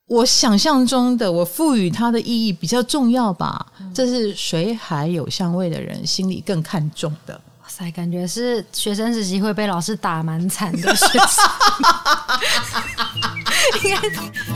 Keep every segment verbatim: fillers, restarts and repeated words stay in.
我想象中的我赋予它的意义比较重要吧，嗯、这是水海有香味的人心里更看重的。 哇塞，感觉是学生时期会被老师打蛮惨的学生应该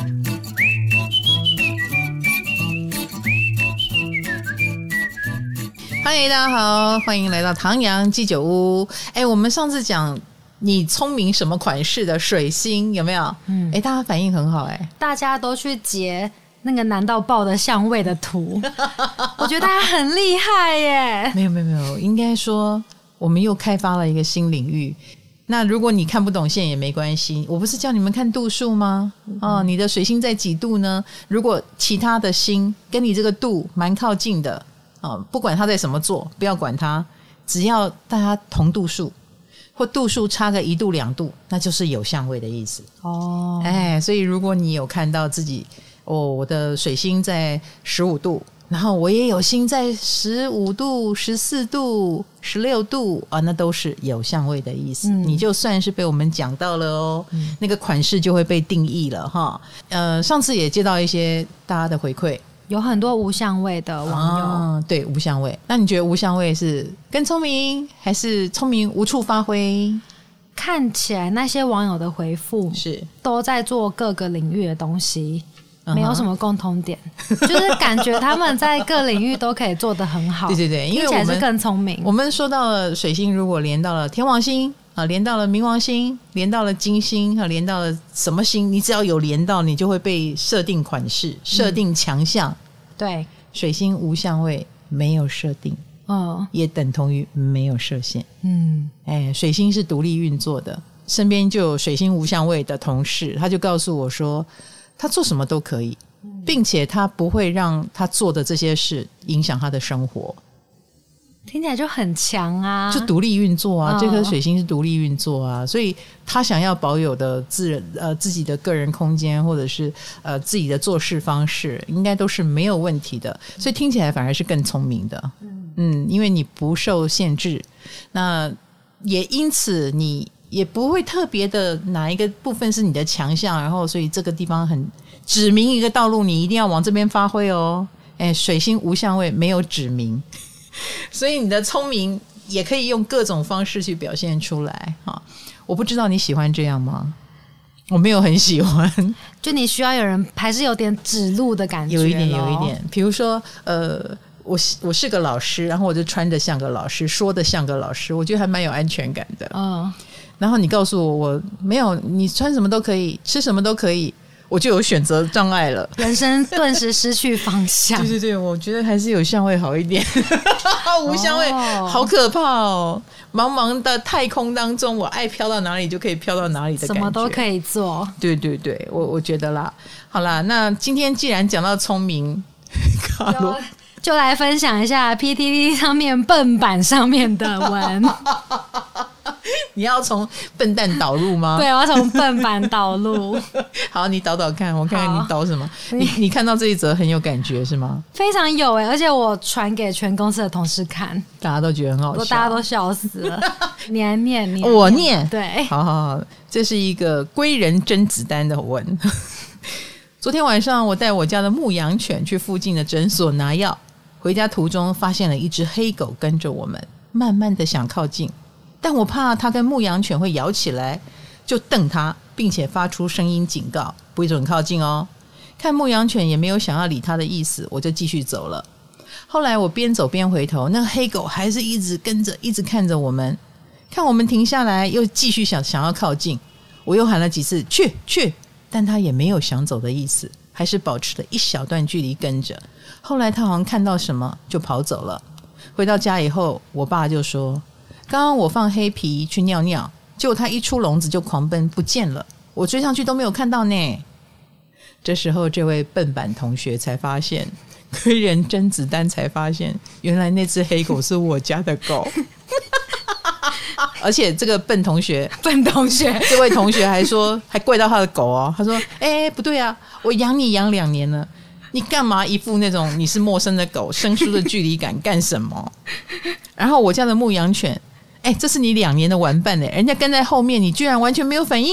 嗨，大家好，欢迎来到唐阳鸡酒屋。哎，我们上次讲你聪明什么款式的水星有没有？嗯，哎，大家反应很好。哎， 大家都去截那个难到爆的相位的图我觉得大家很厉害耶。 没有没有没有，应该说我们又开发了一个新领域。那如果你看不懂线也没关系，我不是叫你们看度数吗？哦，你的水星在几度呢？如果其他的星跟你这个度蛮靠近的，哦，不管他在什么座，不要管他，只要大家同度数或度数差个一度两度，那就是有相位的意思。哦，哎，所以如果你有看到自己，哦，我的水星在十五度，然后我也有星在十五度、十四度、十六度啊，那都是有相位的意思。嗯、你就算是被我们讲到了哦，嗯、那个款式就会被定义了哈。呃，上次也接到一些大家的回馈。 有很多无相位的网友、 啊、对，无相位。那你觉得无相位是更聪明还是聪明无处发挥？ 看起来那些网友的回复是都在做各个领域的东西，没有什么共同点、uh-huh. 就是感觉他们在各领域都可以做得很好对对对，因为听起来是更聪明。 我们说到了水星如果连到了天王星啊，连到了冥王星，连到了金星啊，连到了什么星，你只要有连到，你就会被设定款式、设定强项、嗯、 对， 水星无相位没有设定，嗯，也等同于没有设限。嗯，哎，水星是独立运作的。身边就有水星无相位的同事，他就告诉我说他做什么都可以，并且他不会让他做的这些事影响他的生活。 听起来就很强啊， 就独立运作啊、哦、这颗水星是独立运作啊，所以他想要保有的自人呃自己的个人空间，或者是呃自己的做事方式，应该都是没有问题的，所以听起来反而是更聪明的。嗯, 嗯因为你不受限制，那也因此你也不会特别的哪一个部分是你的强项，然后所以这个地方很指明一个道路，你一定要往这边发挥哦。哎，水星无相位没有指明，所以你的聪明也可以用各种方式去表现出来。我不知道你喜欢这样吗？我没有很喜欢， 就你需要有人还是有点指路的感觉， 有一点有一点。比如说呃我, 我是个老师，然后我就穿得像个老师，说得像个老师，我觉得还蛮有安全感的。嗯，然后你告诉我我没有，你穿什么都可以，吃什么都可以，我就有选择障碍了， 人生顿时失去方向对对对，我觉得还是有相位好一点无相位、哦、好可怕哦，茫茫的太空当中，我爱飘到哪里就可以飘到哪里的感觉， 什么都可以做。 对对对，我我觉得啦。好啦，那今天既然讲到聪明，卡罗就来分享一下 P T T 上面笨版上面的文你要从笨蛋导入吗？ 对，我要从笨版导入好，你导导看，我看看你导什么。你你看到这一则很有感觉是吗？ 非常有耶，而且我传给全公司的同事看， 大家都觉得很好笑， 大家都笑死了你来念念， 我念， 对， 好好好，这是一个归人甄子丹的文昨天晚上我带我家的牧羊犬去附近的诊所拿药，回家途中发现了一只黑狗跟着我们，慢慢的想靠近，但我怕它跟牧羊犬会咬起来，就瞪它，并且发出声音警告，不准靠近哦。看牧羊犬也没有想要理它的意思，我就继续走了。后来我边走边回头，那个黑狗还是一直跟着，一直看着我们，看我们停下来又继续想想要靠近，我又喊了几次去去，但它也没有想走的意思，还是保持了一小段距离跟着。后来他好像看到什么就跑走了。回到家以后，我爸就说刚刚我放黑皮去尿尿，结果他一出笼子就狂奔不见了，我追上去都没有看到呢。这时候这位笨版同学才发现，归人甄子丹才发现，原来那只黑狗是我家的狗而且这个笨同学笨同学这位同学还说还怪到他的狗哦，他说哎、欸，不对啊，我养你养两年了，你干嘛一副那种你是陌生的狗生疏的距离感干什么？然后我家的牧羊犬，哎，这是你两年的玩伴，人家跟在后面，你居然完全没有反应，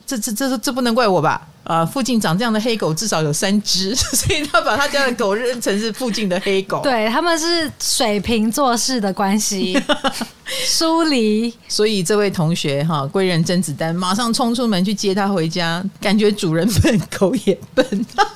这这这这不能怪我吧？呃，附近长这样的黑狗至少有三只，所以他把他家的狗认成是附近的黑狗。 对，他们是水平做事的关系，疏离。 所以这位同学哈，贵人甄子丹马上冲出门去接他回家，感觉主人笨，狗也笨。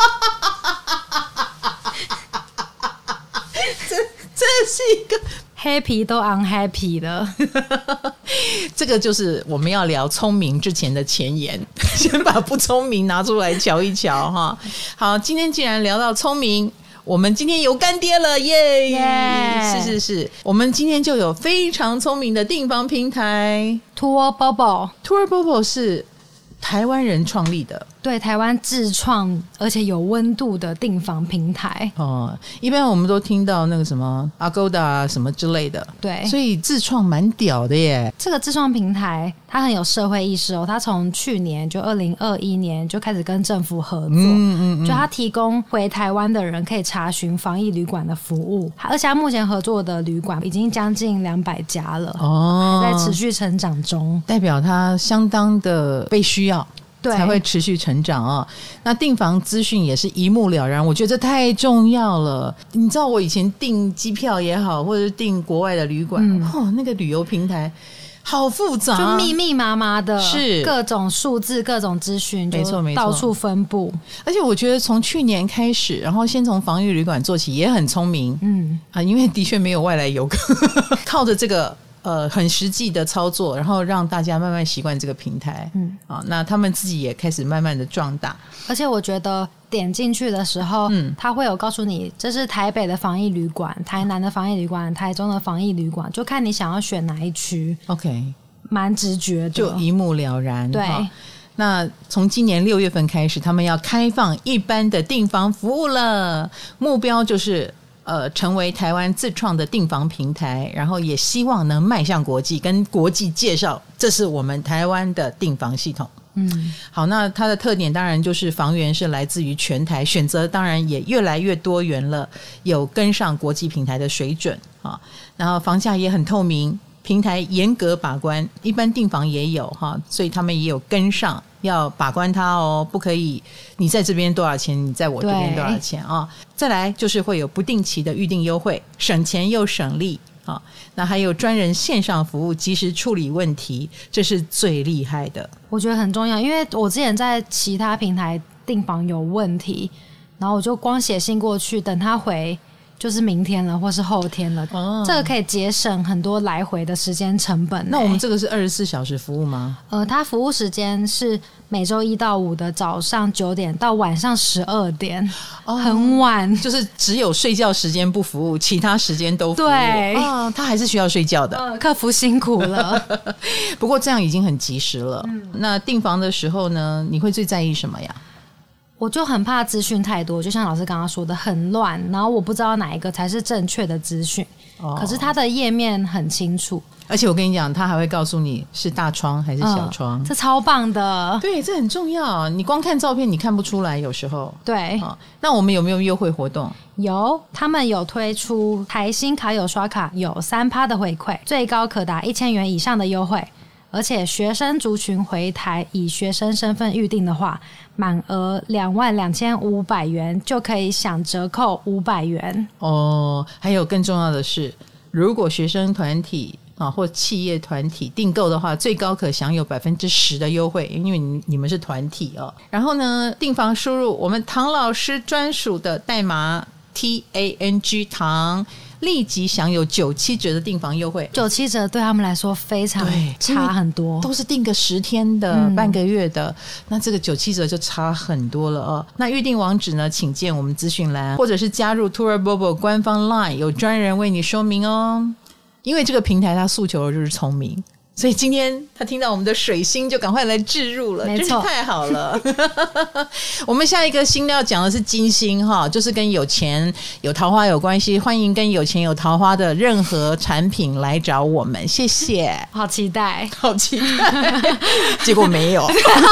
这这是一个。 happy 都 unhappy 的。 这个就是我们要聊聪明之前的前言，先把不聪明拿出来瞧一瞧哈。好，今天既然聊到聪明，我们今天有干爹了耶！ Yeah 是是是，我们今天就有非常聪明的订房平台 TourBobo。 TourBobo 是台湾人创立的， 对，台湾自创而且有温度的订房平台。 哦，一般我们都听到那个什么 Agoda 什么之类的， 对， 所以自创蛮屌的耶。 这个自创平台它很有社会意识哦，它从去年就二零二一年就开始跟政府合作，嗯嗯嗯，就它提供回台湾的人可以查询防疫旅馆的服务，而且它目前合作的旅馆已经将近两百家了，哦，还在持续成长中， 代表它相当的被需要。 对， 才会持续成长哦。那订房资讯也是一目了然，我觉得这太重要了。你知道我以前订机票也好，或者是订国外的旅馆，嗯、哦，那个旅游平台好复杂， 就密密麻麻的， 是各种数字、各种资讯， 没错没错， 到处分布。 而且我觉得从去年开始，然后先从防疫旅馆做起，也很聪明，嗯啊，因为的确没有外来游客，靠着这个。呃，很实际的操作，然后让大家慢慢习惯这个平台，嗯，啊，那他们自己也开始慢慢的壮大。 而且我觉得点进去的时候，嗯，他会有告诉你，这是台北的防疫旅馆、台南的防疫旅馆、台中的防疫旅馆，就看你想要选哪一区。 OK， 蛮直觉的， 就一目了然。 对。 那从今年六月份开始，他们要开放一般的订房服务了，目标就是。呃，成为台湾自创的订房平台，然后也希望能迈向国际，跟国际介绍这是我们台湾的订房系统。嗯，好，那它的特点当然就是房源是来自于全台，选择当然也越来越多元了，有跟上国际平台的水准啊。然后房价也很透明，平台严格把关，一般订房也有哈，所以他们也有跟上。要把关它哦，不可以你在这边多少钱，你在我这边多少钱啊、哦？再来就是会有不定期的预订优惠，省钱又省力啊、哦。那还有专人线上服务，及时处理问题，这是最厉害的。 我觉得很重要，因为我之前在其他平台订房有问题，然后我就光写信过去，等他回。就是明天了或是后天了、哦、这个可以节省很多来回的时间成本、欸、 那我们这个是二十四小时服务吗？ 呃，它服务时间是每周一到五的早上九点到晚上十二点、哦、很晚， 就是只有睡觉时间不服务，其他时间都服务。 对、 哦、他还是需要睡觉的、 呃、客服辛苦了不过这样已经很及时了、嗯、那订房的时候呢，你会最在意什么呀？ 我就很怕资讯太多，就像老师刚刚说的很乱，然后我不知道哪一个才是正确的资讯、哦、可是它的页面很清楚， 而且我跟你讲，它还会告诉你是大窗还是小窗、 嗯、这超棒的。 对，这很重要，你光看照片你看不出来有时候。 对、 哦、那我们有没有优惠活动？ 有，他们有推出台新卡友刷卡有 百分之三 的回馈，最高可达一千元以上的优惠，而且学生族群回台以学生身份预订的话，满额两万两千五百元就可以享折扣五百元哦。还有更重要的是，如果学生团体啊或企业团体订购的话，最高可享有百分之十的优惠，因为 你, 你们是团体哦。然后呢，订房输入我们唐老师专属的代码 T A N G 唐。立即享有九七折的订房优惠， 九七折对他们来说非常差很多， 都是订个十天的、嗯、半个月的，那这个九七折就差很多了哦。那预订网址呢，请见我们资讯栏，或者是加入 TourBobo 官方 Line， 有专人为你说明哦。因为这个平台它诉求的就是聪明，所以今天他听到我们的水星就赶快来置入了，真是太好了我们下一个星要讲的是金星哈，就是跟有钱有桃花有关系，欢迎跟有钱有桃花的任何产品来找我们，谢谢。 好期待好期待结果没有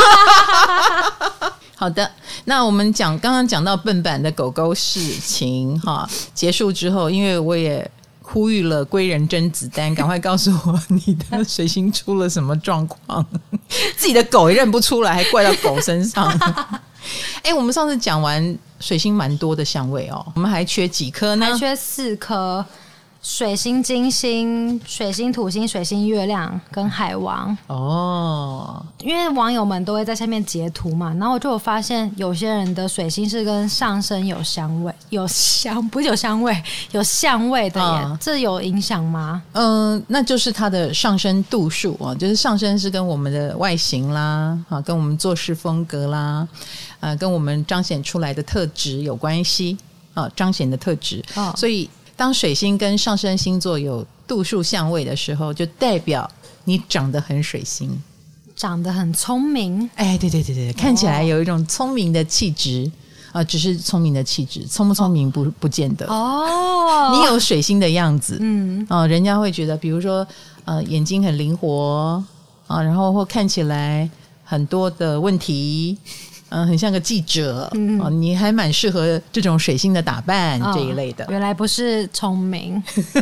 好的，那我们讲刚刚讲到笨版的狗狗事情哈，结束之后，因为我也呼吁了归人甄子丹，赶快告诉我你的水星出了什么状况。自己的狗也认不出来，还怪到狗身上。哎、欸，我们上次讲完水星蛮多的相位哦，我们还缺几颗呢？ 还缺四颗。水星、金星、水星、土星、水星、月亮跟海王哦， 因为网友们都会在下面截图嘛，然后我就有发现有些人的水星是跟上升有相位，有相不是有相位，有相位的耶，哦、这有影响吗？ 嗯、呃，那就是它的上升度数啊，就是上升是跟我们的外形啦，啊，跟我们做事风格啦，呃，跟我们彰显出来的特质有关系啊，彰显的特质，哦、所以。当水星跟上升星座有度数相位的时候，就代表你长得很水星， 长得很聪明。 哎，对对对对，看起来有一种聪明的气质啊、呃，只是聪明的气质，聪不聪明不、哦、不见得哦。你有水星的样子，嗯，啊、呃，人家会觉得，比如说，呃，眼睛很灵活啊、呃，然后或看起来很多的问题。嗯，很像个记者、嗯哦、你还蛮适合这种水星的打扮、哦、这一类的。 原来不是聪明。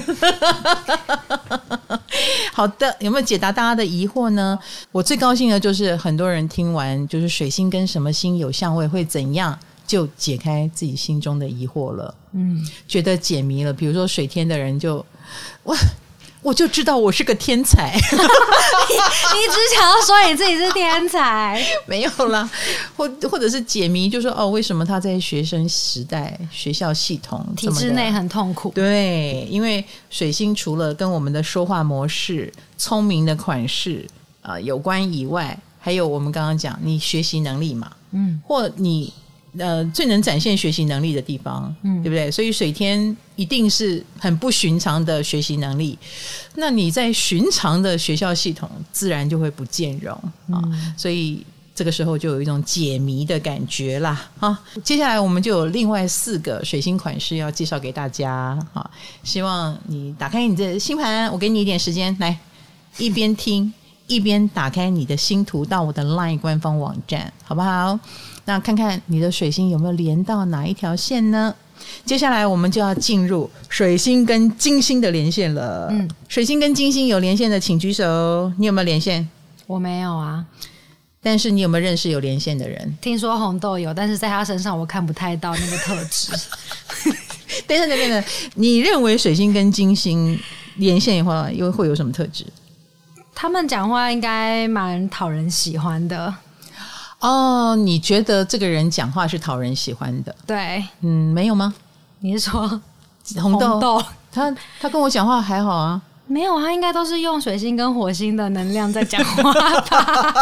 好的，有没有解答大家的疑惑呢？我最高兴的就是很多人听完就是水星跟什么星有相位会怎样，就解开自己心中的疑惑了。嗯，觉得解谜了。比如说水天的人就哇。我就知道我是个天才。你, 你只想要说你自己是天才。 没有啦，或或者是解谜，就说哦，为什么他在学生时代学校系统体制内很痛苦？ 对，因为水星除了跟我们的说话模式、聪明的款式、呃、有关以外，还有我们刚刚讲你学习能力嘛，嗯，或你呃，最能展现学习能力的地方，嗯，对不对？所以水天一定是很不寻常的学习能力，那你在寻常的学校系统自然就会不见容、嗯、啊，所以这个时候就有一种解谜的感觉啦啊。接下来我们就有另外四个水星款式要介绍给大家啊，希望你打开你的星盘，我给你一点时间来一边听一边打开你的星图到我的 LINE 官方网站，好不好？那看看你的水星有没有连到哪一条线呢？接下来我们就要进入水星跟金星的连线了。嗯，水星跟金星有连线的请举手。你有没有连线？ 我没有啊。 但是你有没有认识有连线的人？ 听说红豆有，但是在他身上我看不太到那个特质。 等一下，等一下，你认为水星跟金星连线的话，又会有什么特质？ 他们讲话应该蛮讨人喜欢的。 哦，你觉得这个人讲话是讨人喜欢的？ 对， 嗯，没有吗？ 你是说红豆？ 红豆他他跟我讲话还好啊。 没有，他应该都是用水星跟火星的能量在讲话吧。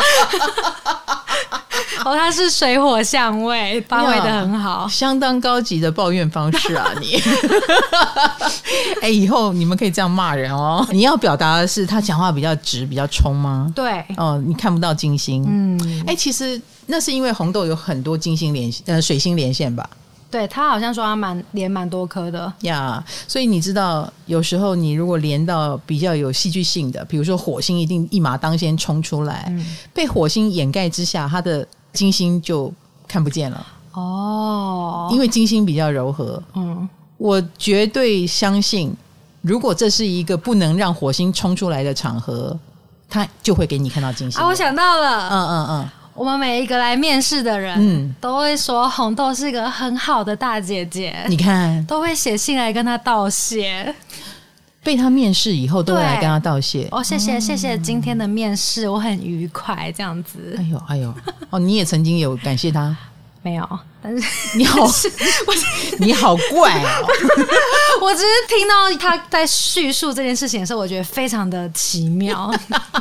哦，他是水火相位，发挥得很好， 相当高级的抱怨方式啊你。哎、欸，以后你们可以这样骂人哦。你要表达的是他讲话比较直比较冲吗？ 对哦，你看不到金星。嗯，哎、欸，其实那是因为红豆有很多金星连呃水星连线吧。 对，他好像说他蛮连蛮多颗的呀， yeah, 所以你知道有时候你如果连到比较有戏剧性的，比如说火星一定一马当先冲出来、嗯、被火星掩盖之下，他的金星就看不见了哦，因为金星比较柔和。嗯，我绝对相信如果这是一个不能让火星冲出来的场合，他就会给你看到金星啊。我想到了， 嗯嗯嗯， 我们每一个来面试的人、嗯、都会说红豆是个很好的大姐姐， 你看都会写信来跟她道谢， 被她面试以后都会来跟她道谢。 哦，谢谢、嗯、谢谢今天的面试我很愉快这样子。 哎呦哎呦，哦，你也曾经有感谢她？ 没有，但是你好你好怪哦。 我只是听到他在叙述这件事情的时候，我觉得非常的奇妙。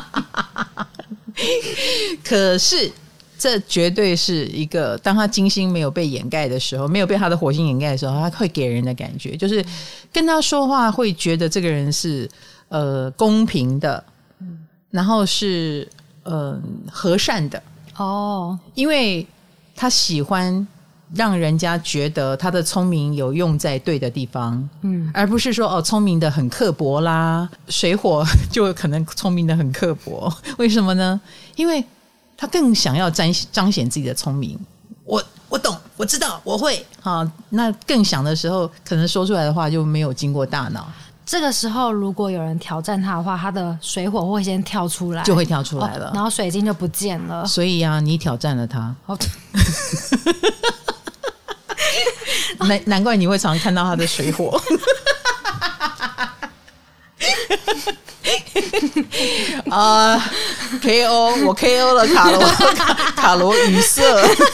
可是这绝对是一个当他金星没有被掩盖的时候，没有被他的火星掩盖的时候，他会给人的感觉就是跟他说话会觉得这个人是呃公平的，然后是呃和善的哦，因为他喜欢让人家觉得他的聪明有用在对的地方，嗯，而不是说哦聪明的很刻薄啦，水火就可能聪明的很刻薄。为什么呢？因为他更想要彰彰显自己的聪明。我我懂，我知道，我会啊。那更想的时候，可能说出来的话就没有经过大脑。 这个时候如果有人挑战它的话，它的水火会先跳出来， 就会跳出来了， 哦、然后水晶就不见了。 所以啊，你挑战了它， 哦难难怪你会常看到它的水火。啊、uh, ，K O 我 K O 了卡罗卡, 卡罗语塞。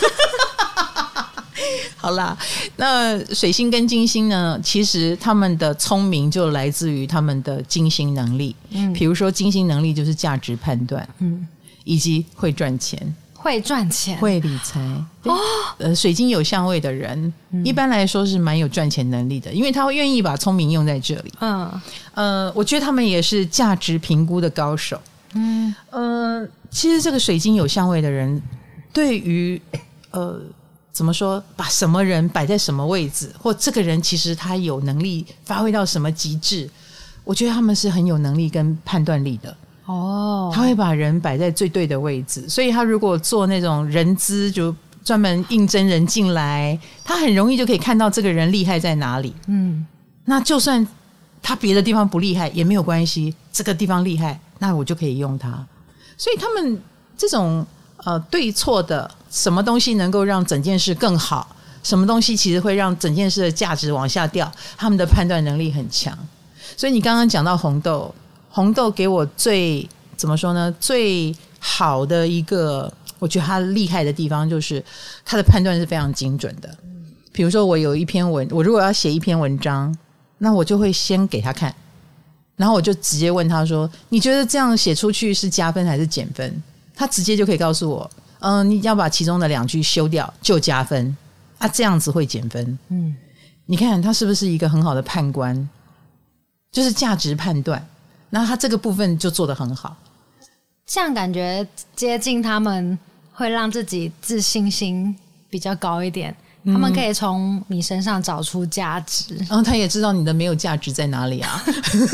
好啦，那水星跟金星呢，其实他们的聪明就来自于他们的金星能力。嗯，比如说金星能力就是价值判断，嗯，以及会赚钱。 会赚钱， 会理财哦。呃，水晶有相位的人、嗯，一般来说是蛮有赚钱能力的，因为他会愿意把聪明用在这里。嗯，呃，我觉得他们也是价值评估的高手。嗯，呃，其实这个水晶有相位的人，对于呃怎么说，把什么人摆在什么位置，或这个人其实他有能力发挥到什么极致，我觉得他们是很有能力跟判断力的。哦，他会把人摆在最对的位置，所以他如果做那种人资，就专门应征人进来，他很容易就可以看到这个人厉害在哪里。嗯，那就算他别的地方不厉害也没有关系，这个地方厉害，那我就可以用他。所以他们这种呃对错的，什么东西能够让整件事更好，什么东西其实会让整件事的价值往下掉，他们的判断能力很强。所以你刚刚讲到红豆。红豆给我最怎么说呢？最好的一个，我觉得他厉害的地方就是他的判断是非常精准的。比如说，我有一篇文，我如果要写一篇文章，那我就会先给他看，然后我就直接问他说：“你觉得这样写出去是加分还是减分？”他直接就可以告诉我：“嗯、呃，你要把其中的两句修掉就加分，啊，这样子会减分。”嗯，你看他是不是一个很好的判官？就是价值判断。然后他这个部分就做得很好， 这样感觉接近他们会让自己自信心比较高一点、嗯、他们可以从你身上找出价值， 然后他也知道你的没有价值在哪里啊。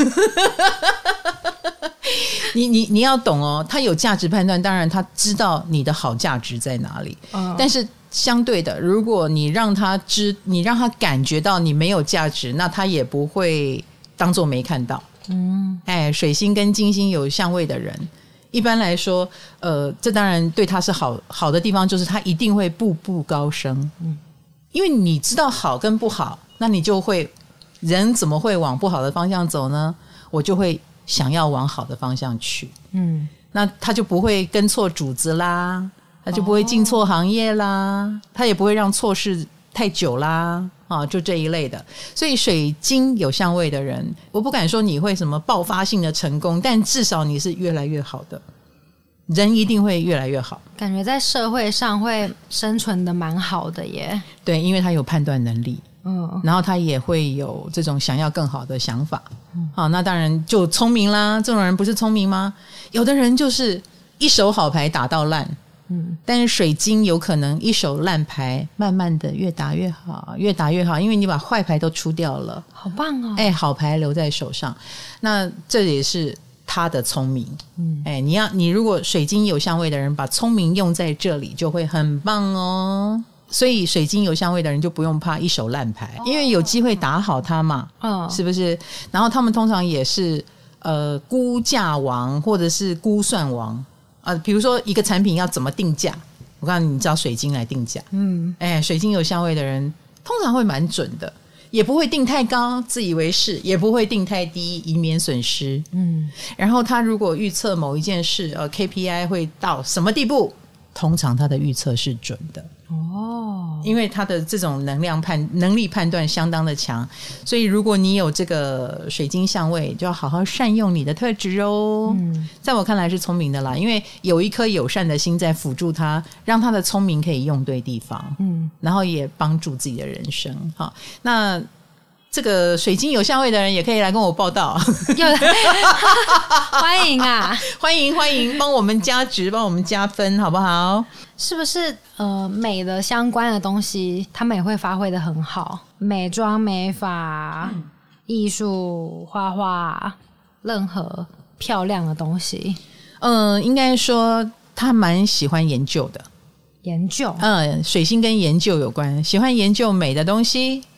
你你你要懂哦，他有价值判断，当然他知道你的好价值在哪里、嗯、但是相对的，如果你让他知你让他感觉到你没有价值，那他也不会当作没看到。嗯，哎，水星跟金星有相位的人，一般来说，呃，这当然对他是好好的地方，就是他一定会步步高升。嗯，因为你知道好跟不好，那你就会人怎么会往不好的方向走呢？我就会想要往好的方向去。嗯，那他就不会跟错主子啦，他就不会进错行业啦，哦、他也不会让错事太久啦。啊，就这一类的。所以水晶有相位的人，我不敢说你会什么爆发性的成功，但至少你是越来越好的人，一定会越来越好。感觉在社会上会生存的蛮好的耶。 对，因为他有判断能力，嗯，然后他也会有这种想要更好的想法。嗯，好，那当然就聪明啦。这种人不是聪明吗？有的人就是一手好牌打到烂。嗯，但是水晶有可能一手烂牌，慢慢的越打越好，越打越好，因为你把坏牌都出掉了， 好棒哦！ 哎，好牌留在手上，那这也是他的聪明。嗯，哎，你要你如果水晶有相位的人，把聪明用在这里，就会很棒哦。所以水晶有相位的人就不用怕一手烂牌，因为有机会打好它嘛，嗯，是不是？然后他们通常也是呃估价王或者是估算王。呃，比如说一个产品要怎么定价，我告诉你，你知道水晶来定价，嗯，哎，水晶有相位的人通常会蛮准的，也不会定太高，自以为是，也不会定太低，以免损失，嗯。然后他如果预测某一件事，呃 ，K P I 会到什么地步，通常他的预测是准的。哦，因为他的这种能量判能力判断相当的强，所以如果你有这个水晶相位，就要好好善用你的特质哦。嗯，在我看来是聪明的啦，因为有一颗友善的心在辅助他，让他的聪明可以用对地方，嗯，然后也帮助自己的人生。好，那这个水晶有相位的人也可以来跟我报道， 欢迎啊， 欢迎欢迎，帮我们加值，帮我们加分，好不好？ 是不是呃美的相关的东西，他们也会发挥得很好？美妆、美发、嗯、艺术、画画，任何漂亮的东西， 嗯、呃，应该说他蛮喜欢研究的。 研究， 嗯，水星跟研究有关，喜欢研究美的东西。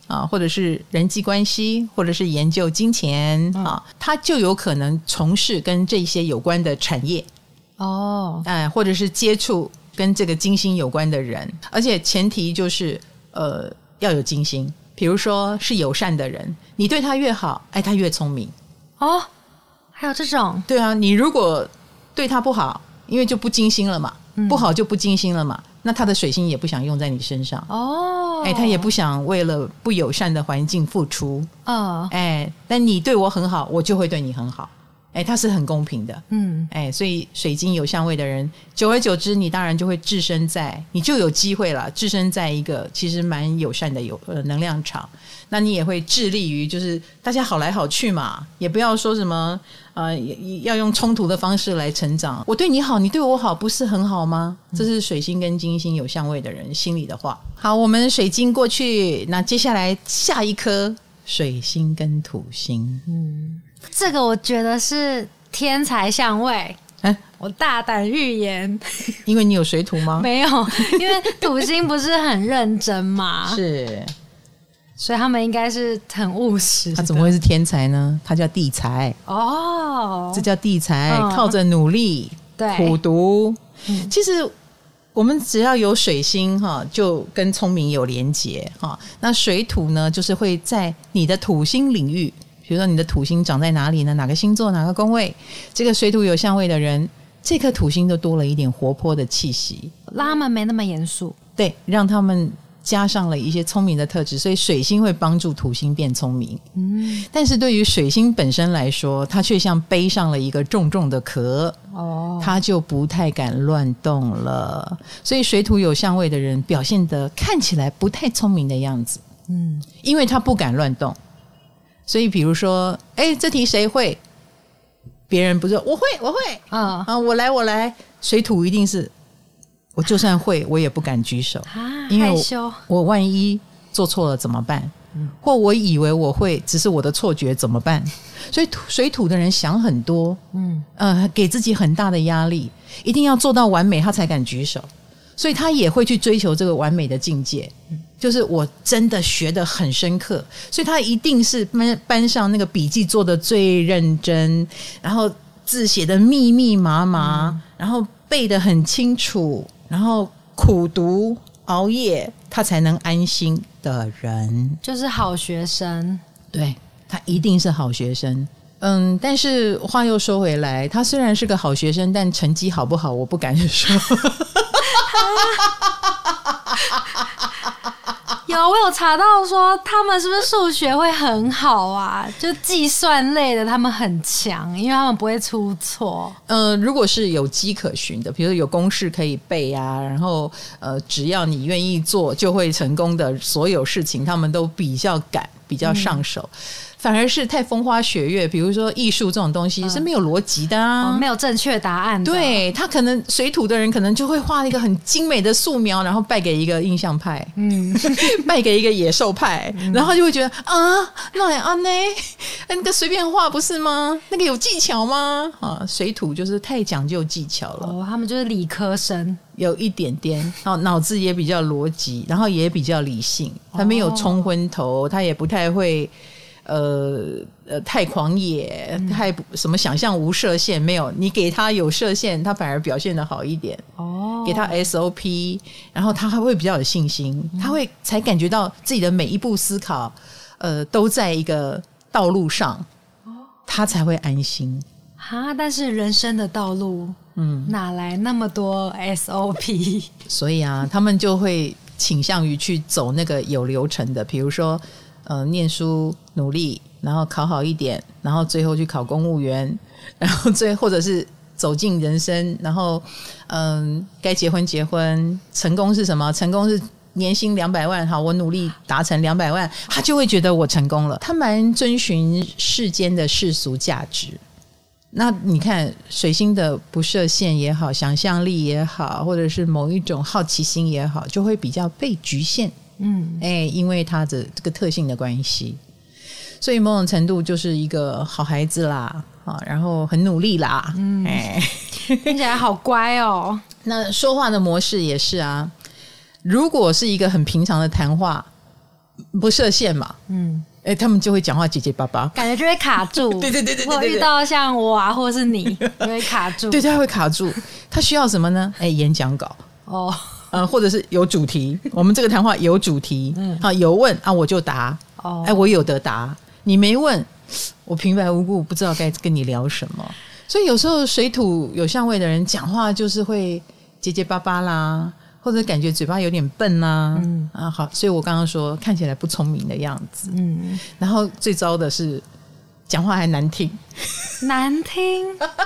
啊，或者是人际关系，或者是研究金钱啊，他就有可能从事跟这些有关的产业哦， 哎，或者是接触跟这个金星有关的人，而且前提就是呃要有金星，比如说是友善的人，你对他越好，哎，他越聪明哦，还有这种， 对啊，你如果对他不好，因为就不金星了嘛，嗯、不好就不金星了嘛，那他的水星也不想用在你身上哦，哎，他也不想为了不友善的环境付出，哦，哎，但你对我很好，我就会对你很好。哎，它是很公平的，嗯，哎，所以水晶有相位的人，久而久之，你当然就会置身在，你就有机会了，置身在一个其实蛮友善的有呃能量场，那你也会致力于就是大家好来好去嘛，也不要说什么呃要用冲突的方式来成长。我对你好，你对我好，不是很好吗？这是水星跟金星有相位的人心里的话。好，我们水晶过去，那接下来下一颗水星跟土星，嗯。 这个我觉得是天才相位，欸、我大胆预言， 因为你有水土吗？ 没有，因为土星不是很认真嘛， 是， 所以他们应该是很务实的。 他怎么会是天才呢？他叫地才哦，这叫地才，嗯、靠着努力、苦读。嗯、其实我们只要有水星哈，就跟聪明有连结哈。那水土呢，就是会在你的土星领域。比如说你的土星长在哪里呢？哪个星座哪个宫位？这个水土有相位的人，这颗土星就多了一点活泼的气息， 让他们没那么严肃， 对，让他们加上了一些聪明的特质，所以水星会帮助土星变聪明。嗯，但是对于水星本身来说，它却像背上了一个重重的壳，哦，它就不太敢乱动了。所以水土有相位的人表现得看起来不太聪明的样子，嗯，因为他不敢乱动。所以比如说哎，这题谁会，别人不是我会我会、嗯、啊，我来我来，水土一定是我就算会我也不敢举手、啊、因为 我, 我万一做错了怎么办、嗯、或我以为我会只是我的错觉怎么办。所以水土的人想很多，嗯呃，给自己很大的压力，一定要做到完美他才敢举手，所以他也会去追求这个完美的境界，就是我真的学得很深刻，所以他一定是班班上那个笔记做得最认真，然后字写得密密麻麻、嗯、然后背得很清楚，然后苦读熬夜他才能安心的人， 就是好学生。 对，他一定是好学生。嗯，但是话又说回来，他虽然是个好学生，但成绩好不好我不敢说。 有，我有查到说他们是不是数学会很好啊？就计算类的他们很强，因为他们不会出错。 呃，如果是有迹可循的，比如说有公式可以背啊，然后呃，只要你愿意做就会成功的所有事情，他们都比较敢，比较上手。嗯，反而是太风花雪月，比如说艺术这种东西是没有逻辑的啊、 嗯哦、没有正确答案的。 对，他可能水土的人可能就会画一个很精美的素描，然后败给一个印象派，嗯，败给一个野兽派、嗯、然后就会觉得啊，那也安呢，那个随便画不是吗？那个有技巧吗？啊，水土就是太讲究技巧了。 哦，他们就是理科生， 有一点点，然后脑子也比较逻辑，然后也比较理性，他没有冲昏头，他也不太会呃呃，太狂野，太什么想象无设限，没有，你给他有设限，他反而表现得好一点。哦，给他 S O P， 然后他还会比较有信心，他会才感觉到自己的每一步思考，呃，都在一个道路上，他才会安心。 哈，但是人生的道路，嗯，哪来那么多 S O P？ 所以啊，他们就会倾向于去走那个有流程的，比如说。呃，念书努力，然后考好一点，然后最后去考公务员，然后最或者是走进人生，然后嗯、呃，该结婚结婚，成功是什么？成功是年薪两百万，好，我努力达成两百万，他就会觉得我成功了。他蛮遵循世间的世俗价值。那你看水星的不设限也好，想象力也好，或者是某一种好奇心也好，就会比较被局限。嗯，哎，因为他的这个特性的关系，所以某种程度就是一个好孩子啦，啊，然后很努力啦，嗯，哎， 听起来好乖哦。 那说话的模式也是啊，如果是一个很平常的谈话， 不设限嘛，嗯，哎，他们就会讲话结结巴巴， 感觉就会卡住。 对对对对对对， 或遇到像我啊，或是你，就会卡住。 对，他会卡住。他需要什么呢？哎，演讲稿哦，呃，或者是有主题。我们这个谈话有主题，嗯，好，有问啊，我就答。哦，哎，我有得答，你没问，我平白无故不知道该跟你聊什么。所以有时候水土有相位的人讲话就是会结结巴巴啦。或者感觉嘴巴有点笨啊，嗯啊好，所以我刚刚说看起来不聪明的样子，嗯，然后最糟的是讲话还难听， 难听，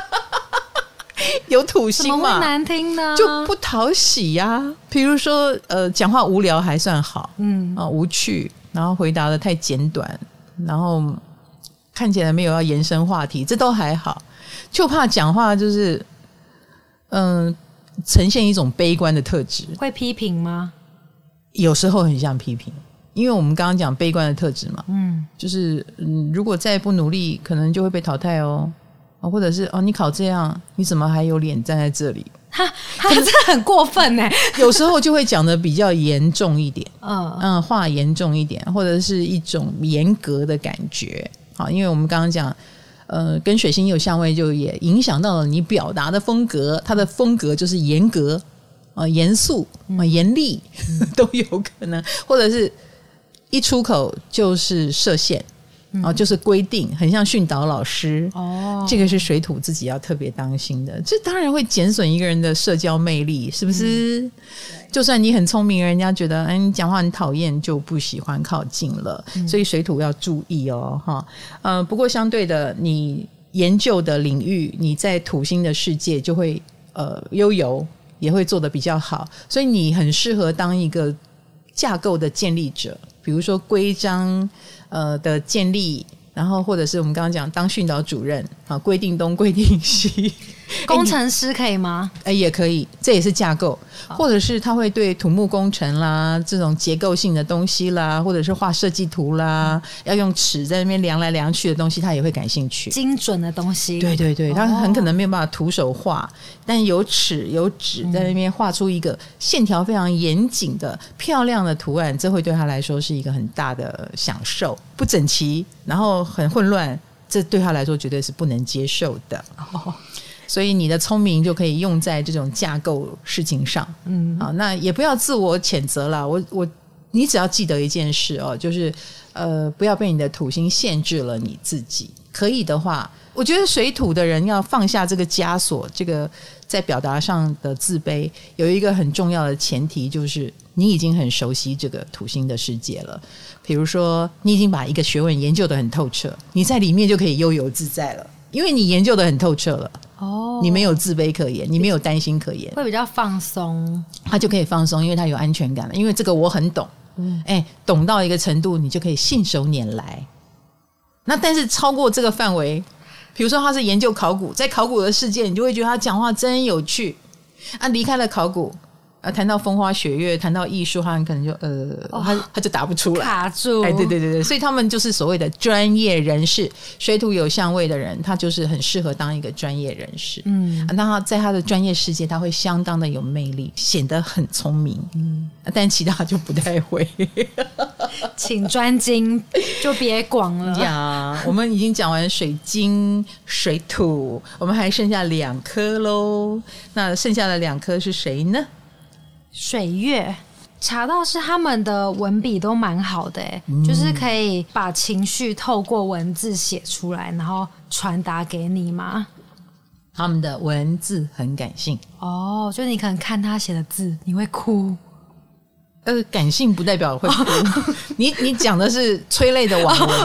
有土星嘛？ 怎么会难听呢？ 就不讨喜呀、啊。比如说呃，讲话无聊还算好，嗯啊无趣，然后回答的太简短，然后看起来没有要延伸话题，这都还好，就怕讲话就是嗯。呃呈现一种悲观的特质， 会批评吗？ 有时候很像批评，因为我们刚刚讲悲观的特质嘛，嗯，就是嗯，如果再不努力，可能就会被淘汰哦，或者是哦，你考这样，你怎么还有脸站在这里？ 他他真的很过分哎， 有时候就会讲的比较严重一点，嗯嗯，话严重一点，或者是一种严格的感觉。好，因为我们刚刚讲。呃，跟水星有相位，就也影响到了你表达的风格。它的风格就是严格啊、呃、严肃啊、呃、严厉、嗯、都有可能，或者是一出口就是设限啊、呃，就是规定，很像训导老师哦。这个是水土自己要特别当心的，这当然会减损一个人的社交魅力，是不是？嗯，就算你很聪明，人家觉得哎你讲话很讨厌，就不喜欢靠近了。嗯，所以水土要注意哦，哈。呃，不过相对的，你研究的领域，你在土星的世界就会呃悠游，也会做得比较好，所以你很适合当一个架构的建立者，比如说规章呃的建立。然后或者是我们刚刚讲当训导主任啊，规定东规定西， 工程师可以吗？ 哎，也可以，这也是架构，或者是他会对土木工程啦这种结构性的东西啦，或者是画设计图啦，嗯，要用尺在那边量来量去的东西，他也会感兴趣。 精准的东西， 对对对，他很可能没有办法徒手画，哦，但有尺有纸在那边画出一个线条非常严谨的漂亮的图案，这会对他来说是一个很大的享受。不整齐，然后很混乱，这对他来说绝对是不能接受的。哦，所以你的聪明就可以用在这种架构事情上。嗯，好，那也不要自我谴责啦。我我你只要记得一件事哦，就是呃，不要被你的土星限制了你自己。可以的话，我觉得水土的人要放下这个枷锁，这个在表达上的自卑，有一个很重要的前提，就是你已经很熟悉这个土星的世界了。比如说你已经把一个学问研究得很透彻，你在里面就可以悠游自在了，因为你研究得很透彻了。哦，你没有自卑可言，你没有担心可言， 会比较放松， 他就可以放松，因为他有安全感了，因为这个我很懂。嗯，哎，懂到一个程度你就可以信手拈来。那但是超过这个范围，比如说他是研究考古，在考古的世界你就会觉得他讲话真有趣啊，离开了考古啊，谈到风花雪月，谈到艺术，他可能就呃，哦、他他就答不出来， 卡住。 哎，对对对对，所以他们就是所谓的专业人士。水土有相位的人，他就是很适合当一个专业人士。嗯，那他在他的专业世界，他会相当的有魅力，显得很聪明。嗯，但其他就不太会。 请专精，就别广了呀。我们已经讲完水金、水土，我们还剩下两颗喽。那剩下的两颗是谁呢？ 水月，查到是他们的文笔都蛮好的、欸嗯、就是可以把情绪透过文字写出来，然后传达给你吗？ 他们的文字很感性哦，就你可能看他写的字，你会哭。 呃，感性不代表会哭，你你讲的是催泪的网文。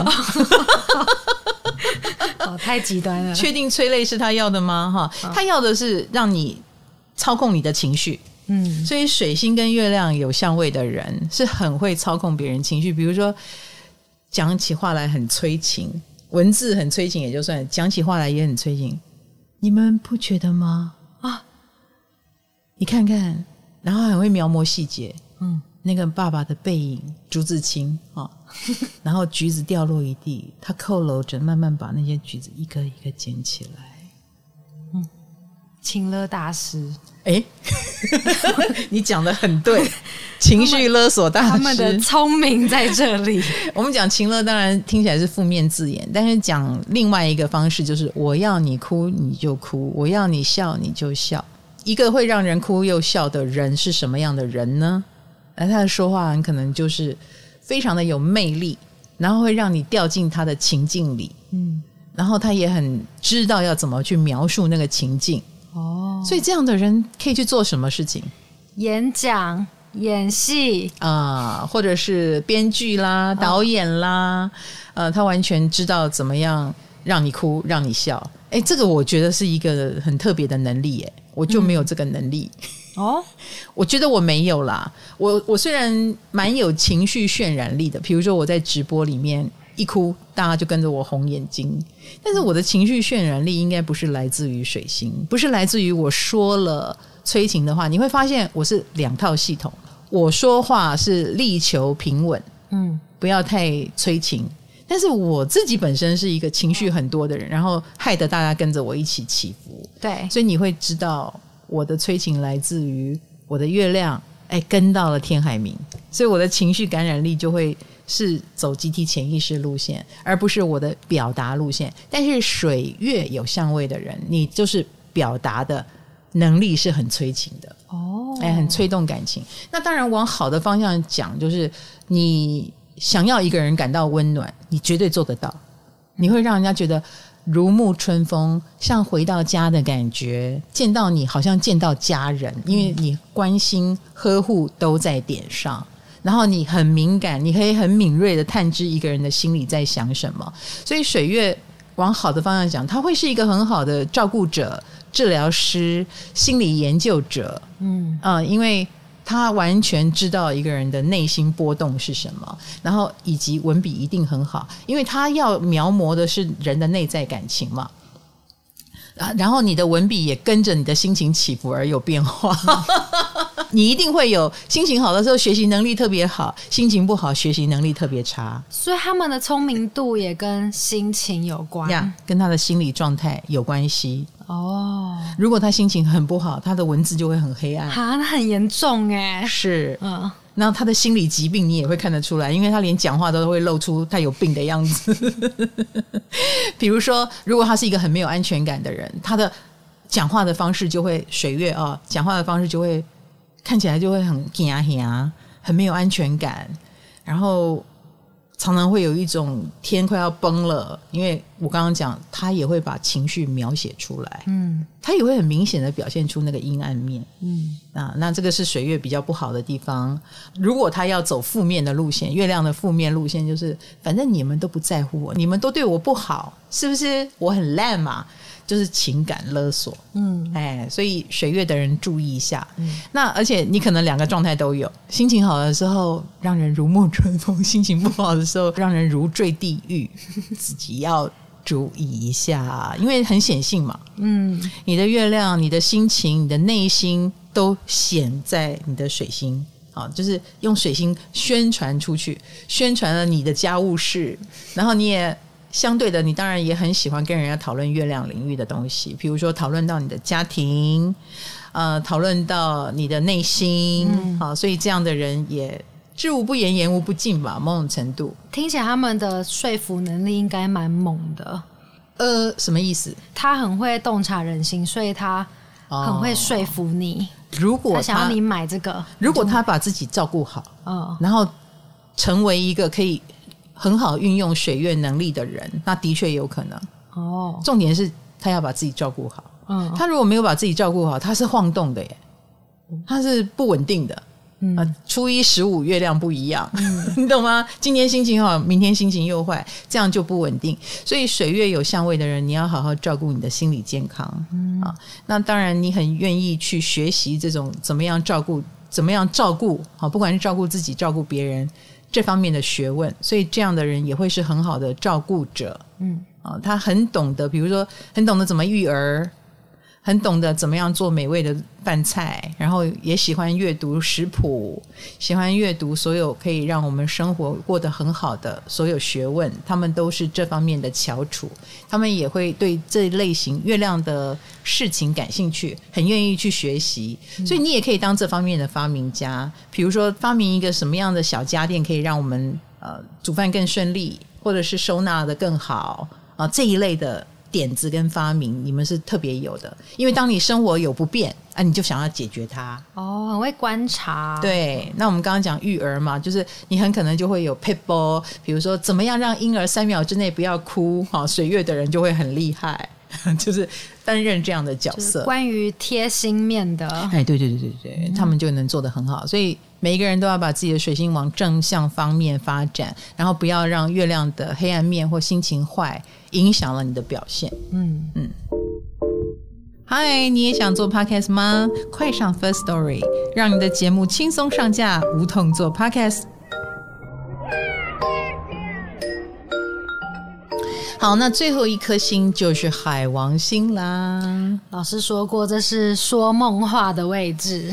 哦，太极端了。 确定催泪是他要的吗？哈、哦，他要的是让你操控你的情绪。嗯，所以水星跟月亮有相位的人是很会操控别人情绪，比如说讲起话来很催情，文字很催情也就算，讲起话来也很催情，你们不觉得吗？啊，你看看，然后很会描摹细节。嗯，那个爸爸的背影，朱自清啊，然后橘子掉落一地，他佝偻着慢慢把那些橘子一个一个捡起来。 情勒大师。 哎，你讲的很对，情绪勒索大师， 他们的聪明在这里。 我们讲情勒当然听起来是负面字眼，但是讲另外一个方式就是我要你哭你就哭，我要你笑你就笑。一个会让人哭又笑的人是什么样的人呢？而他的说话很可能就是非常的有魅力，然后会让你掉进他的情境里，嗯，然后他也很知道要怎么去描述那个情境。哦，所以这样的人可以去做什么事情？ 演讲、演戏啊、呃，或者是编剧啦、导演啦，哦、呃，他完全知道怎么样让你哭、让你笑。哎，这个我觉得是一个很特别的能力，哎，我就没有这个能力。嗯、哦，我觉得我没有啦。我我虽然蛮有情绪渲染力的，比如说我在直播里面一哭，大家就跟着我红眼睛。但是我的情绪渲染力应该不是来自于水星，不是来自于我说了催情的话。你会发现我是两套系统，我说话是力求平稳，嗯，不要太催情。但是我自己本身是一个情绪很多的人，然后害得大家跟着我一起起伏。 对， 所以你会知道我的催情来自于我的月亮，哎，跟到了天海冥，所以我的情绪感染力就会是走集体潜意识路线，而不是我的表达路线。但是水月有相位的人，你就是表达的能力是很催情的哦，哎，很催动感情。那当然往好的方向讲，就是你想要一个人感到温暖，你绝对做得到，你会让人家觉得如沐春风，像回到家的感觉，见到你好像见到家人，因为你关心呵护都在点上，然后你很敏感，你可以很敏锐的探知一个人的心里在想什么。所以水月往好的方向讲，他会是一个很好的照顾者、治疗师、心理研究者，嗯啊、呃，因为他完全知道一个人的内心波动是什么，然后以及文笔一定很好，因为他要描摹的是人的内在感情嘛。然后你的文笔也跟着你的心情起伏而有变化。你一定会有心情好的时候学习能力特别好，心情不好学习能力特别差， 所以他们的聪明度也跟心情有关呀，跟他的心理状态有关系哦。如果他心情很不好，他的文字就会很黑暗啊，那很严重耶。 是，嗯，然后他的心理疾病你也会看得出来，因为他连讲话都会露出他有病的样子。比如说如果他是一个很没有安全感的人，他的讲话的方式就会水月啊、哦，讲话的方式就会看起来就会很惊吓，很没有安全感，然后常常会有一种天快要崩了，因为我刚刚讲他也会把情绪描写出来，嗯，他也会很明显的表现出那个阴暗面，嗯，啊，那这个是水月比较不好的地方。如果他要走负面的路线，月亮的负面路线就是反正你们都不在乎我，你们都对我不好，是不是我很烂嘛，就是情感勒索，嗯，哎，所以水月的人注意一下。嗯，那而且你可能两个状态都有，心情好的时候让人如沐春风，心情不好的时候让人如坠地狱，自己要注意一下，因为很显性嘛。嗯，你的月亮、你的心情、你的内心都显在你的水星。啊，就是用水星宣传出去，宣传了你的家务事，然后你也相对的，你当然也很喜欢跟人家讨论月亮领域的东西，比如说讨论到你的家庭，呃，讨论到你的内心，嗯，啊，所以这样的人也知无不言，言无不尽吧，某种程度。 听起来他们的说服能力应该蛮猛的。 呃，什么意思？ 他很会洞察人心，所以他很会说服你。哦， 如果 他, 他想要你买这个， 如果他把自己照顾好，嗯，然后成为一个可以很好运用水月能力的人，那的确有可能。哦，重点是他要把自己照顾好。嗯，他如果没有把自己照顾好，他是晃动的耶，他是不稳定的。嗯，啊，初一十五月亮不一样，嗯，你懂吗？今天心情好，明天心情又坏，这样就不稳定。所以水月有相位的人，你要好好照顾你的心理健康。嗯，啊，那当然你很愿意去学习这种怎么样照顾，怎么样照顾，好，不管是照顾自己、照顾别人这方面的学问，所以这样的人也会是很好的照顾者。嗯，啊，他很懂得，比如说很懂得怎么育儿， 很懂得怎么样做美味的饭菜，然后也喜欢阅读食谱，喜欢阅读所有可以让我们生活过得很好的所有学问，他们都是这方面的翘楚，他们也会对这类型月亮的事情感兴趣，很愿意去学习，所以你也可以当这方面的发明家，比如说发明一个什么样的小家电可以让我们呃煮饭更顺利，或者是收纳的更好啊、呃、这一类的点子跟发明你们是特别有的，因为当你生活有不便啊，你就想要解决它。 哦，很会观察。 对，那我们刚刚讲育儿嘛，就是你很可能就会有 pitbull， 比如说怎么样让婴儿三秒之内不要哭，水月的人就会很厉害，就是担任这样的角色。 关于贴心面的， 哎，对对对对对、嗯，他们就能做得很好。所以每一个人都要把自己的水星往正向方面发展，然后不要让月亮的黑暗面或心情坏影响了你的表现。嗯嗯。嗨，你也想做 podcast 吗？快上 First Story， 让你的节目轻松上架，无痛做 podcast。好，那最后一颗星就是海王星啦。 老师说过，这是说梦话的位置。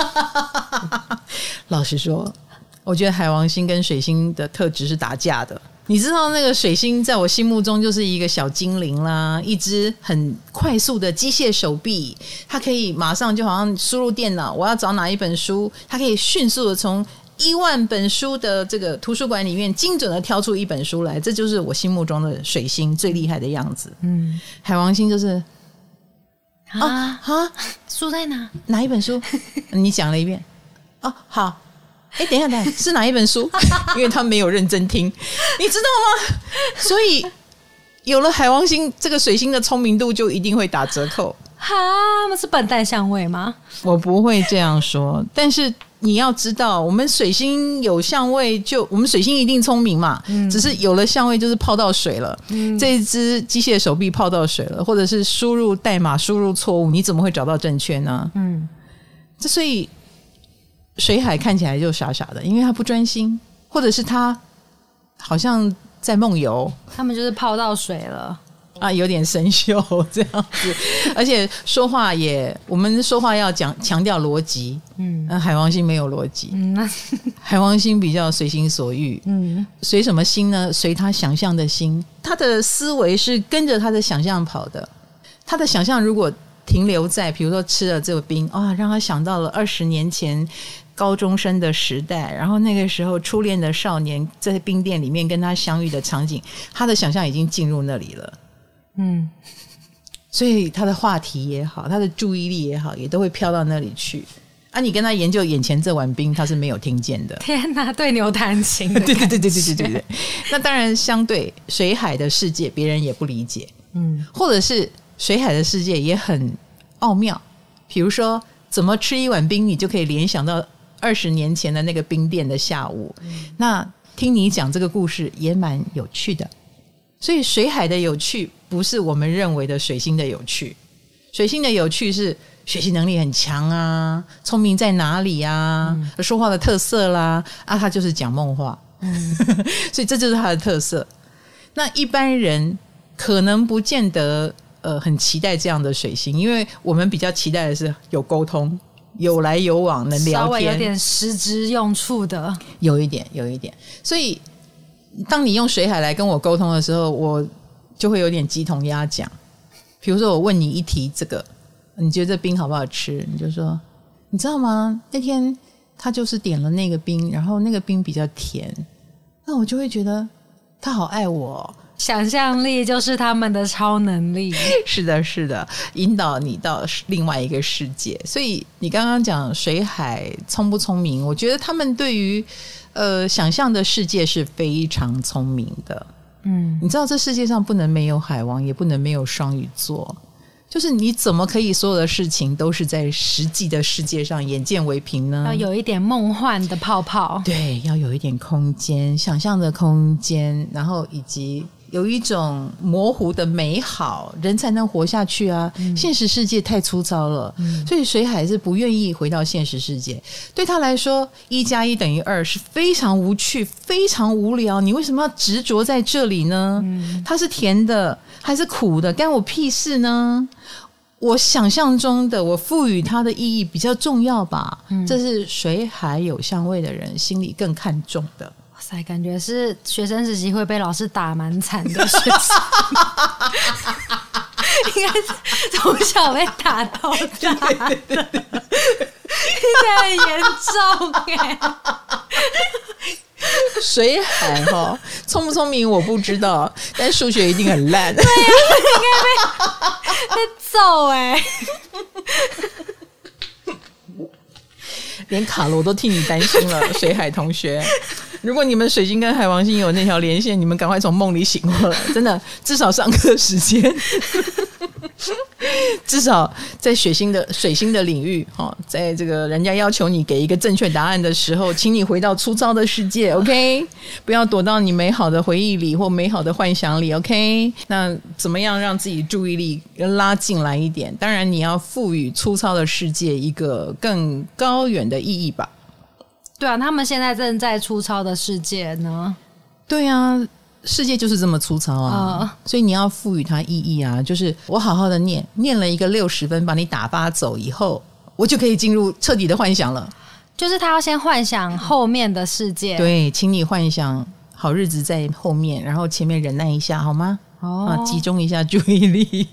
老实说，我觉得海王星跟水星的特质是打架的。你知道那个水星在我心目中就是一个小精灵啦，一只很快速的机械手臂，它可以马上就好像输入电脑，我要找哪一本书，它可以迅速的从一万本书的这个图书馆里面精准的挑出一本书来，这就是我心目中的水星最厉害的样子。嗯，海王星就是啊啊，书在哪？ 哪一本书？你讲了一遍。哦，好。哎，等一下，等一下，是哪一本书？因为他没有认真听，你知道吗？所以有了海王星，这个水星的聪明度就一定会打折扣。 哈，那是笨蛋相位吗？ 我不会这样说，但是你要知道，我们水星有相位就，我们水星一定聪明嘛，嗯、只是有了相位就是泡到水了。嗯、这一只机械手臂泡到水了，或者是输入代码输入错误，你怎么会找到正确呢？嗯，这所以。水海看起来就傻傻的，因为他不专心，或者是他好像在梦游， 他们就是泡到水了啊，有点生锈这样子，而且说话也，我们说话要讲强调逻辑，嗯，海王星没有逻辑，嗯，海王星比较随心所欲，嗯，随什么心呢？随他想象的心，他的思维是跟着他的想象跑的，他的想象如果停留在比如说吃了这个冰啊，让他想到了二十年前高中生的时代，然后那个时候初恋的少年在冰店里面跟他相遇的场景，他的想象已经进入那里了。嗯，所以他的话题也好，他的注意力也好，也都会飘到那里去。啊，你跟他研究眼前这碗冰，他是没有听见的。 天哪，对牛弹琴的对对对对对对对对。那当然，相对水海的世界，别人也不理解。嗯，或者是水海的世界也很奥妙，比如说怎么吃一碗冰，你就可以联想到二十年前的那个冰店的下午。嗯、那听你讲这个故事也蛮有趣的。所以水海的有趣不是我们认为的水星的有趣，水星的有趣是学习能力很强啊，聪明在哪里啊、嗯、说话的特色啦啊，他就是讲梦话、嗯、所以这就是他的特色。那一般人可能不见得呃很期待这样的水星，因为我们比较期待的是有沟通，有来有往，能聊天， 稍微有点实质用处的， 有一点有一点。所以当你用水海来跟我沟通的时候，我就会有点鸡同鸭讲。比如说我问你一题这个，你觉得这冰好不好吃，你就说你知道吗，那天他就是点了那个冰，然后那个冰比较甜，那我就会觉得他好爱我。 想象力就是他们的超能力。 是的是的，引导你到另外一个世界。所以你刚刚讲水海聪不聪明，我觉得他们对于呃想象的世界是非常聪明的。嗯，你知道这世界上不能没有海王，也不能没有双鱼座，就是你怎么可以所有的事情都是在实际的世界上眼见为凭呢？ 要有一点梦幻的泡泡。 对，要有一点空间，想象的空间，然后以及有一种模糊的美好，人才能活下去啊、嗯、现实世界太粗糙了、嗯、所以水海是不愿意回到现实世界。对他来说一加一等于二是非常无趣，非常无聊，你为什么要执着在这里呢、嗯、它是甜的还是苦的干我屁事呢？ 我想象中的我赋予它的意义比较重要吧、嗯、这是水海有相位的人心里更看重的。 哇塞，感觉是学生时期会被老师打蛮惨的学生应该是从小被打到大的，听起来很严重耶。 水海哈，聪不聪明我不知道，但数学一定很烂。 对呀、啊，应该被被揍哎。 连卡罗都替你担心了，水海同学。如果你们水星跟海王星有那条连线，你们赶快从梦里醒过来，真的，至少上课时间，至少在水星的水星的领域，在这个人家要求你给一个正确答案的时候，请你回到粗糙的世界 ，OK？ 不要躲到你美好的回忆里或美好的幻想里 ，OK？ 那怎么样让自己注意力拉进来一点？当然，你要赋予粗糙的世界一个更高远的意义吧。 对啊，他们现在正在粗糙的世界呢。 对啊，世界就是这么粗糙啊、呃、所以你要赋予它意义啊。就是我好好的念念了一个六十分把你打发走以后，我就可以进入彻底的幻想了。 就是他要先幻想后面的世界。 对，请你幻想好日子在后面，然后前面忍耐一下好吗？哦，啊、集中一下注意力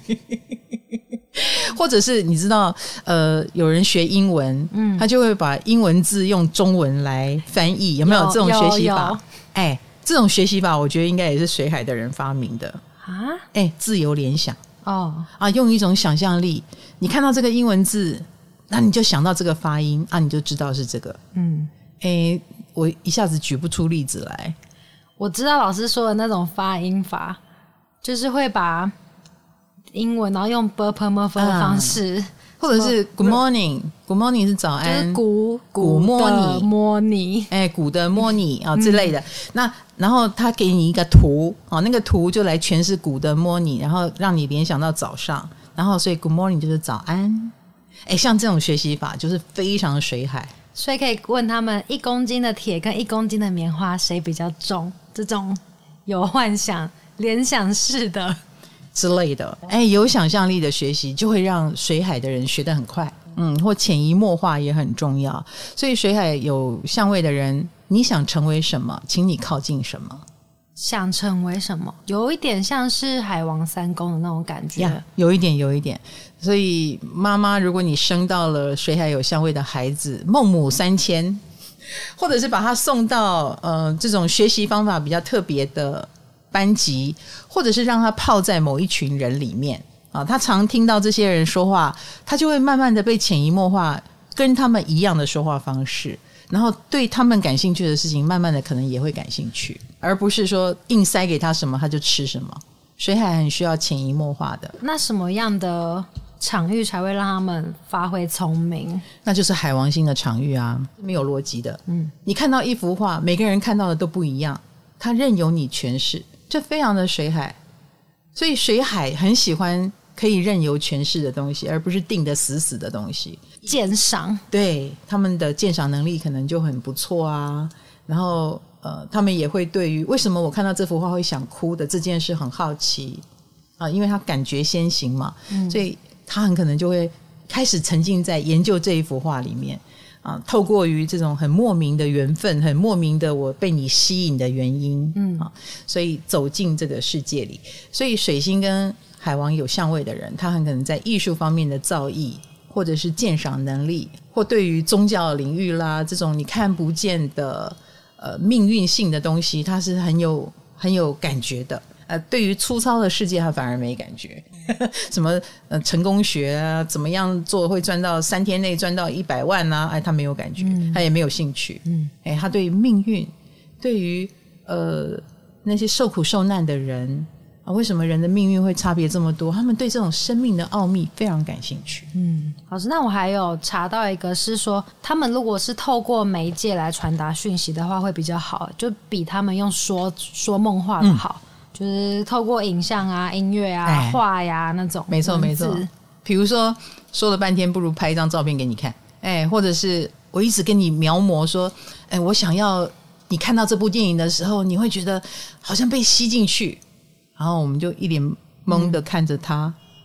或者是你知道呃，有人学英文、嗯、他就会把英文字用中文来翻译，有没有这种学习法？哎，这种学习法我觉得应该也是水海的人发明的啊！哎，自由联想哦啊，用一种想象力，你看到这个英文字，那你就想到这个发音啊，你就知道是这个。嗯，哎，我一下子举不出例子来。 我知道老师说的那种发音法，就是会把英文然后用 b p m f 的方式、啊、 或者是 good morning good morning 是早安， 就是古古摸你摸你哎，古的摸你啊、哦、之类的、嗯、那然后他给你一个图、哦、那个图就来诠释古的摸你，然后让你联想到早上，然后所以 good morning 就是早安。哎，像这种学习法就是非常的水海， 所以可以问他们一公斤的铁跟一公斤的棉花谁比较重，这种有幻想联想式的之类的。哎，有想象力的学习就会让水海的人学得很快，嗯，或潜移默化也很重要。所以水海有相位的人，你想成为什么，请你靠近什么。 想成为什么，有一点像是海王三宫的那种感觉、yeah, 有一点有一点。所以妈妈，如果你生到了水海有相位的孩子，孟母三迁，或者是把他送到呃这种学习方法比较特别的班级，或者是让他泡在某一群人里面啊，他常听到这些人说话，他就会慢慢的被潜移默化跟他们一样的说话方式，然后对他们感兴趣的事情慢慢的可能也会感兴趣，而不是说硬塞给他什么他就吃什么。水海很需要潜移默化的。 那什么样的场域才会让他们发挥聪明？ 那就是海王星的场域啊，没有逻辑的。嗯，你看到一幅画，每个人看到的都不一样，他任由你诠释，这非常的水海。所以水海很喜欢可以任由诠释的东西，而不是定得死死的东西。 鉴赏，对， 他们的鉴赏能力可能就很不错啊。然后呃，他们也会对于为什么我看到这幅画会想哭的这件事很好奇啊、呃，因为他感觉先行嘛、嗯，所以他很可能就会开始沉浸在研究这一幅画里面啊、呃，透过于这种很莫名的缘分，很莫名的我被你吸引的原因，嗯啊，所以走进这个世界里。所以水星跟海王有相位的人，他很可能在艺术方面的造诣，或者是鉴赏能力，或对于宗教领域啦这种你看不见的呃命运性的东西，他是很有很有感觉的。呃，对于粗糙的世界他反而没感觉什么呃成功学啊，怎么样做会赚到三天内赚到一百万啊，哎，他没有感觉、嗯、他也没有兴趣。嗯，哎，他对于命运，对于呃那些受苦受难的人啊，为什么人的命运会差别这么多，他们对这种生命的奥秘非常感兴趣。 嗯，老师，那我还有查到一个是说，他们如果是透过媒介来传达讯息的话会比较好，就比他们用说说梦话的好、嗯，就是透过影像啊、音乐啊、画呀、啊、那种。 没错没错，比如说说了半天不如拍一张照片给你看，哎，或者是我一直跟你描摹说，哎，我想要你看到这部电影的时候你会觉得好像被吸进去，然后我们就一脸懵的看着他，哎、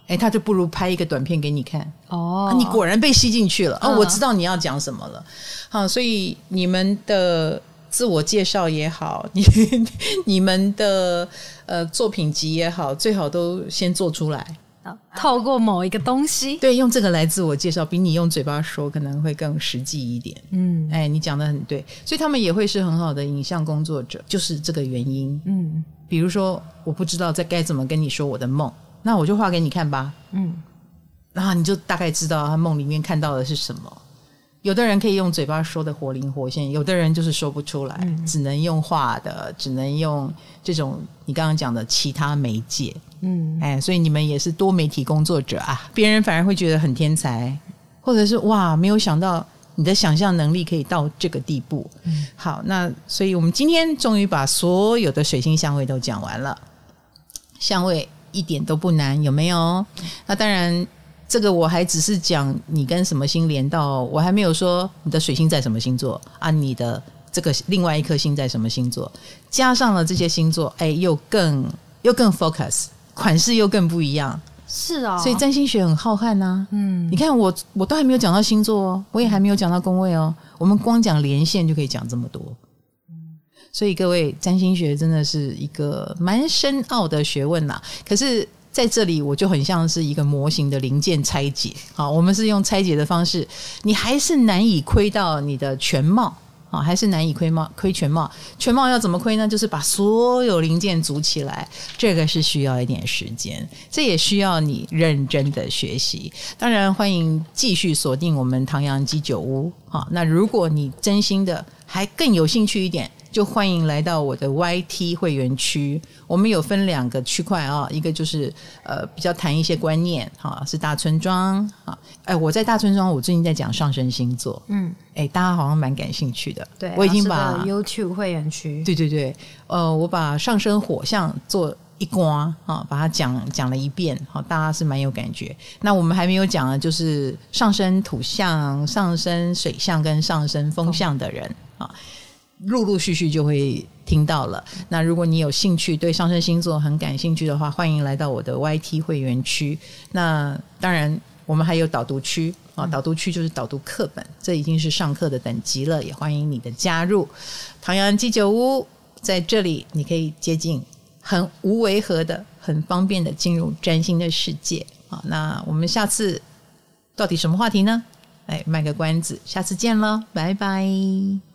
哎，他就不如拍一个短片给你看哦、 啊，你果然被吸进去了哦、 嗯， 我知道你要讲什么了。好，所以你们的自我介绍也好，你你们的呃作品集也好，最好都先做出来。 透过某一个东西， 对，用这个来自我介绍，比你用嘴巴说可能会更实际一点。嗯，哎，你讲得很对，所以他们也会是很好的影像工作者，就是这个原因。嗯，比如说我不知道在该怎么跟你说我的梦，那我就画给你看吧。嗯，然后你就大概知道他梦里面看到的是什么。有的人可以用嘴巴说的活灵活现，有的人就是说不出来，嗯、只能用画的，只能用这种你刚刚讲的其他媒介。嗯，哎，所以你们也是多媒体工作者啊，别人反而会觉得很天才，或者是哇，没有想到你的想象能力可以到这个地步。嗯，好，那所以我们今天终于把所有的水星相位都讲完了，相位一点都不难，有没有？那当然。这个我还只是讲你跟什么星连到，我还没有说你的水星在什么星座啊，你的这个另外一颗星在什么星座，加上了这些星座，哎，又更又更 focus， 款式又更不一样。 是哦， 所以占星学很浩瀚啊。嗯，你看我我都还没有讲到星座哦，我也还没有讲到宫位哦，我们光讲连线就可以讲这么多。所以各位，占星学真的是一个蛮深奥的学问啦。可是在这里我就很像是一个模型的零件拆解，好，我们是用拆解的方式，你还是难以窥到你的全貌，好，还是难以窥貌窥全貌。全貌要怎么窥呢？就是把所有零件组起来，这个是需要一点时间，这也需要你认真的学习。当然欢迎继续锁定我们唐阳鸡酒屋，好，那如果你真心的还更有兴趣一点，就欢迎来到我的 Y T 会员区。我们有分两个区块啊，一个就是呃比较谈一些观念哈，是大村庄啊。哎，我在大村庄，我最近在讲上升星座，嗯，哎，大家好像蛮感兴趣的。 对， 我已经把 YouTube 会员区， 对对对，呃，我把上升火象做一刮啊，把它讲讲了一遍，好，大家是蛮有感觉。那我们还没有讲的就是上升土象、上升水象跟上升风象的人啊。陆陆续续就会听到了。那如果你有兴趣，对上升星座很感兴趣的话，欢迎来到我的 Y T 会员区。那当然我们还有导读区啊，导读区就是导读课本，这已经是上课的等级了，也欢迎你的加入。唐阳鸡酒屋在这里，你可以接近很无违和的、很方便的进入占星的世界。好，那我们下次到底什么话题呢？来卖个关子，下次见了，拜拜。